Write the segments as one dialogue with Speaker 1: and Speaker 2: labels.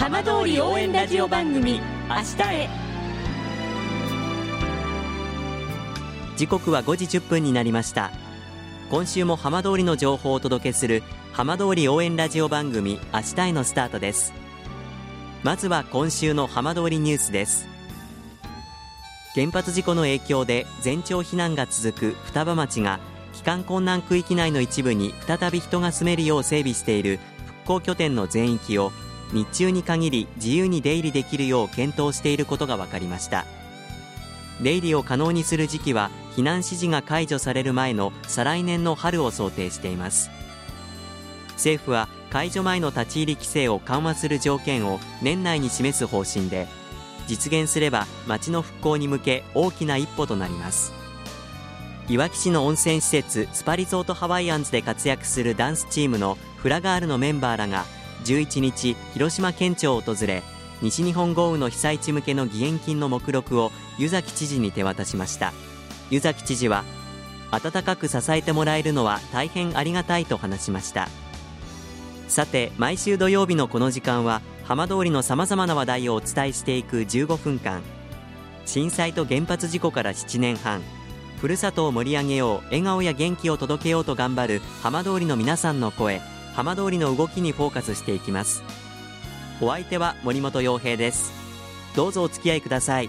Speaker 1: 浜通り応援ラジオ番組明日へ。
Speaker 2: 時刻は5時10分になりました。今週も浜通りの情報をお届けする浜通り応援ラジオ番組明日へのスタートです。まずは今週の浜通りニュースです。原発事故の影響で全町避難が続く双葉町が帰還困難区域内の一部に再び人が住めるよう整備している復興拠点の全域を日中に限り自由に出入りできるよう検討していることが分かりました。出入りを可能にする時期は避難指示が解除される前の再来年の春を想定しています。政府は解除前の立ち入り規制を緩和する条件を年内に示す方針で、実現すれば町の復興に向け大きな一歩となります。いわき市の温泉施設スパリゾートハワイアンズで活躍するダンスチームのフラガールのメンバーらが11日広島県庁を訪れ、西日本豪雨の被災地向けの義援金の目録を湯崎知事に手渡しました。湯崎知事は、温かく支えてもらえるのは大変ありがたいと話しました。さて、毎週土曜日のこの時間は浜通りのさまざまな話題をお伝えしていく15分間。震災と原発事故から7年半、ふるさとを盛り上げよう、笑顔や元気を届けようと頑張る浜通りの皆さんの声、浜通りの動きにフォーカスしていきます。お相手は森本洋平です。どうぞお付き合いください。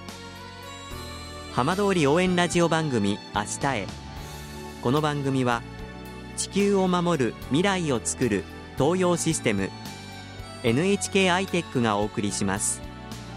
Speaker 2: 浜通り応援ラジオ番組明日へ。この番組は地球を守る未来をつくる東洋システム NHK アイテックがお送りします。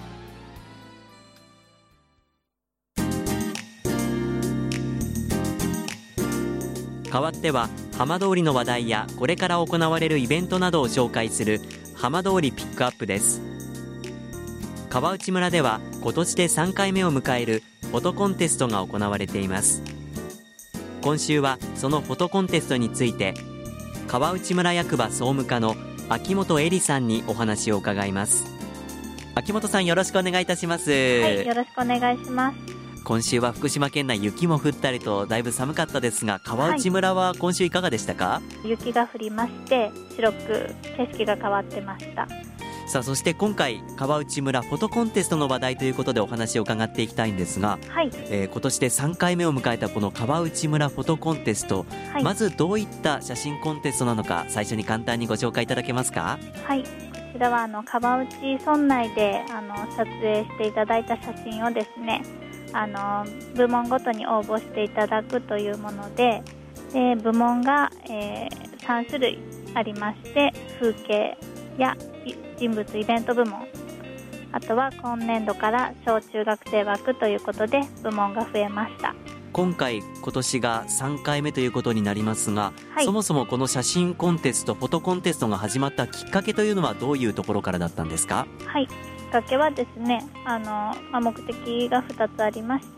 Speaker 2: 代わっては浜通りの話題やこれから行われるイベントなどを紹介する浜通りピックアップです。川内村では今年で3回目を迎えるフォトコンテストが行われています。今週はそのフォトコンテストについて川内村役場総務課の秋元恵里さんにお話を伺います。秋元さん、よろしくお願いいたします。
Speaker 3: はい、よろしくお願いします。
Speaker 2: 今週は福島県内雪も降ったりとだいぶ寒かったですが、川内村は今週いかがでしたか？
Speaker 3: 雪が降りまして白く景色が変わってました。
Speaker 2: さあ、そして今回川内村フォトコンテストの話題ということでお話を伺っていきたいんですが、
Speaker 3: はい、
Speaker 2: 今年で3回目を迎えたこの川内村フォトコンテスト、
Speaker 3: はい、
Speaker 2: まずどういった写真コンテストなのか最初に簡単にご紹介いただけますか？
Speaker 3: はい、こちらは川内村内で撮影していただいた写真をですね、部門ごとに応募していただくというもので、部門が、3種類ありまして、風景や人物イベント部門、あとは今年度から小中学生枠ということで部門が増えました。
Speaker 2: 今年が3回目ということになりますが、
Speaker 3: はい、そ
Speaker 2: もそもこの写真コンテストフォトコンテストが始まったきっかけというのはどういうところからだったんですか？
Speaker 3: はい、きっかけはですね、目的が2つありまして、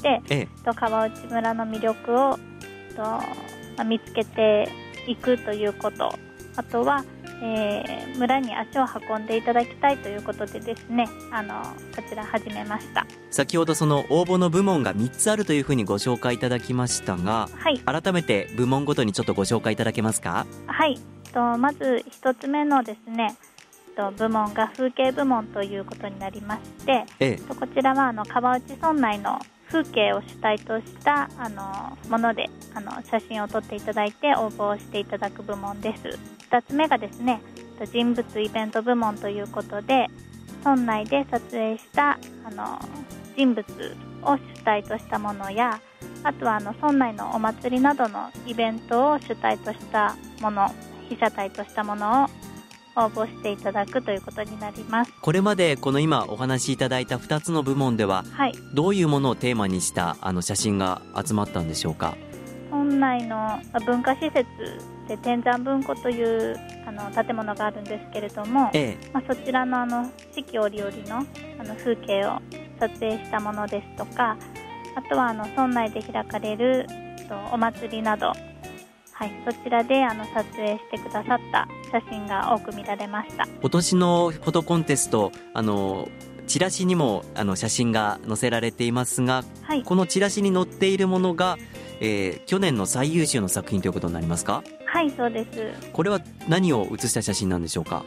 Speaker 3: 川内村の魅力を見つけていくということ、あとは村に足を運んでいただきたいということでですね、こちら始めました。
Speaker 2: 先ほどその応募の部門が3つあるというふうにご紹介いただきましたが、
Speaker 3: はい、
Speaker 2: 改めて部門ごとにちょっとご紹介いただけますか？
Speaker 3: はい、まず1つ目のですね、部門が風景部門ということになりまして、こちらは川内村内の風景を主体としたもので写真を撮っていただいて応募していただく部門です。2つ目がですね、人物イベント部門ということで、村内で撮影した人物を主体としたものや、あとは村内のお祭りなどのイベントを主体としたもの、被写体としたものを応募していただくということになります。
Speaker 2: これまでこの今お話しいただいた2つの部門では、はい、どういうものをテーマにした写真が集まったんでしょうか？
Speaker 3: 村内の文化施設で天山文庫という建物があるんですけれども、そちらの四季折々の風景を撮影したものですとか、あとは村内で開かれるお祭りなど、はい、そちらで撮影してくださった写真が多く見られました。
Speaker 2: 今年のフォトコンテストチラシにも写真が載せられていますが、はい、このチラシに載っているものが、去年の最優秀の作品ということになりますか？
Speaker 3: はい、そうです。
Speaker 2: これは何を写した写真なんでしょうか？
Speaker 3: こ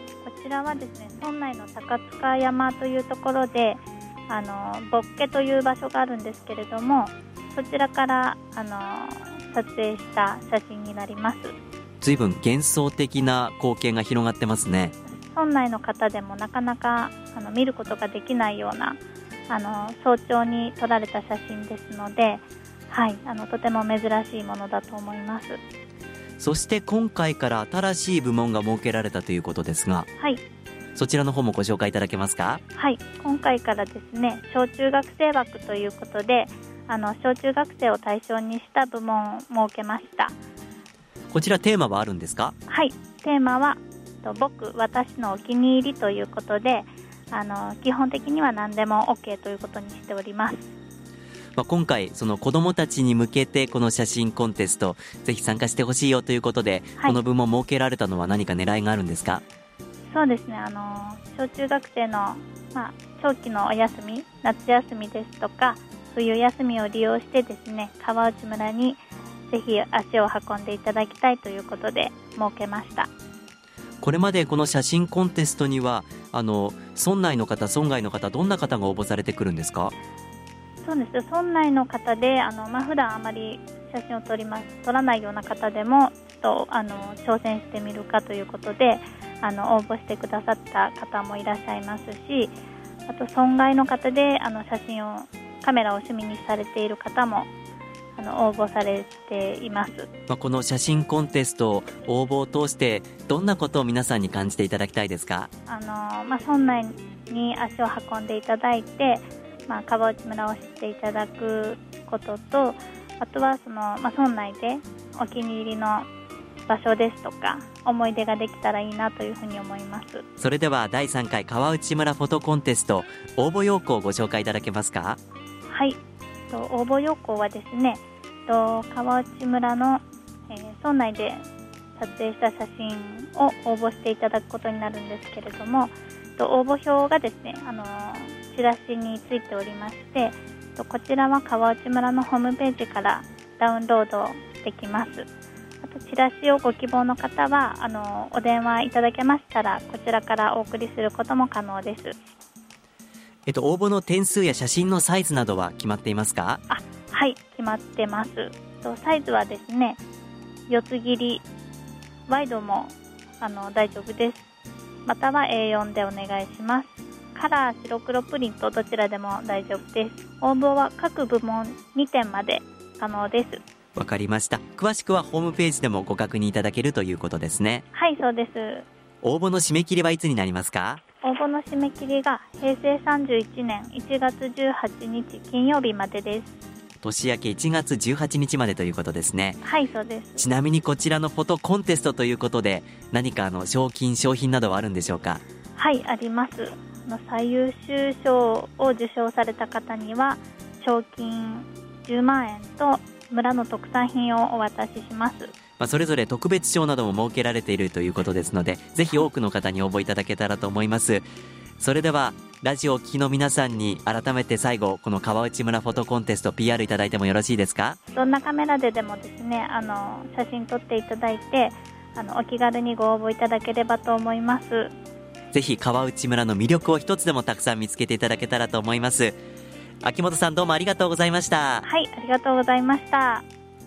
Speaker 3: ちらはですね、村内の高塚山というところでボッケという場所があるんですけれども、そちらから撮影した写真になります。
Speaker 2: 随分幻想的な光景が広がってますね。
Speaker 3: 村内の方でもなかなか見ることができないような早朝に撮られた写真ですので、はい、とても珍しいものだと思います。
Speaker 2: そして今回から新しい部門が設けられたということですが、
Speaker 3: はい、
Speaker 2: そちらの方もご紹介いただけますか？
Speaker 3: はい、今回からですね、小中学生枠ということで小中学生を対象にした部門を設けました。
Speaker 2: こちらテーマはあるんですか？
Speaker 3: はい、テーマは僕、私のお気に入りということで、基本的には何でも OK ということにしております。
Speaker 2: 今回その子どもたちに向けてこの写真コンテストぜひ参加してほしいよということで、はい、この部門設けられたのは何か狙いがあるんですか？
Speaker 3: そうですね、小中学生の、長期のお休み、夏休みですとか冬休みを利用してですね、川内村にぜひ足を運んでいただきたいということで設けました。
Speaker 2: これまでこの写真コンテストには村内の方、村外の方、どんな方が応募されてくるんですか？
Speaker 3: そうです、村内の方で普段あまり写真を撮らないような方でもちょっと挑戦してみるかということで応募してくださった方もいらっしゃいますし、あと村外の方でカメラを趣味にされている方も応募されています。
Speaker 2: この写真コンテスト応募を通してどんなことを皆さんに感じていただきたいですか？
Speaker 3: 村内に足を運んでいただいて、川内村を知っていただくことと、あとは村内でお気に入りの場所ですとか思い出ができたらいいなというふうに思います。
Speaker 2: それでは第3回川内村フォトコンテスト応募要項をご紹介いただけますか？
Speaker 3: はい、応募要項はですね、川内村の、村内で撮影した写真を応募していただくことになるんですけれども、応募表がですね、チラシについておりまして、こちらは川内村のホームページからダウンロードできます。あとチラシをご希望の方はお電話いただけましたらこちらからお送りすることも可能です。
Speaker 2: 応募の点数や写真のサイズなどは決まっていますか？
Speaker 3: はい、決まってます。サイズはですね、四つ切り、ワイドも大丈夫です。または A4 でお願いします。カラー、白黒プリントどちらでも大丈夫です。応募は各部門2点まで可能です。
Speaker 2: わかりました。詳しくはホームページでもご確認いただけるということですね。
Speaker 3: はい、そうです。
Speaker 2: 応募の締め切りはいつになりますか？
Speaker 3: 応募の締め切りが平成31年1月18日金曜日までです。
Speaker 2: 年明け1月18日までということですね。
Speaker 3: はい、そうです。
Speaker 2: ちなみにこちらのフォトコンテストということで何か賞金商品などはあるんでしょうか？
Speaker 3: はい、あります。最優秀賞を受賞された方には賞金10万円と村の特産品をお渡しします。
Speaker 2: それぞれ特別賞なども設けられているということですので、ぜひ多くの方に応募いただけたらと思います。それではラジオを聴きの皆さんに改めて最後この川内村フォトコンテスト PR いただいてもよろしいですか？
Speaker 3: どんなカメラででもですね、写真撮っていただいてお気軽にご応募いただければと思います。
Speaker 2: ぜひ川内村の魅力を一つでもたくさん見つけていただけたらと思います。秋元さん、どうもありがとうございました。
Speaker 3: はい、ありがとうございました。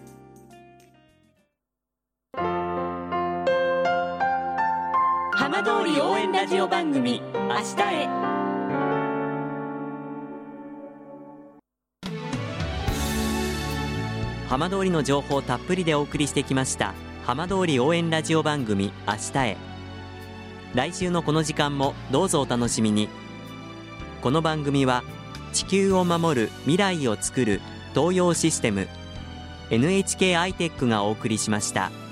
Speaker 1: 浜通り応援ラジオ番組明日へ。
Speaker 2: 浜通りの情報をたっぷりでお送りしてきました浜通り応援ラジオ番組明日へ。来週のこの時間もどうぞお楽しみに。この番組は地球を守る未来をつくる東洋システム NHK アイテックがお送りしました。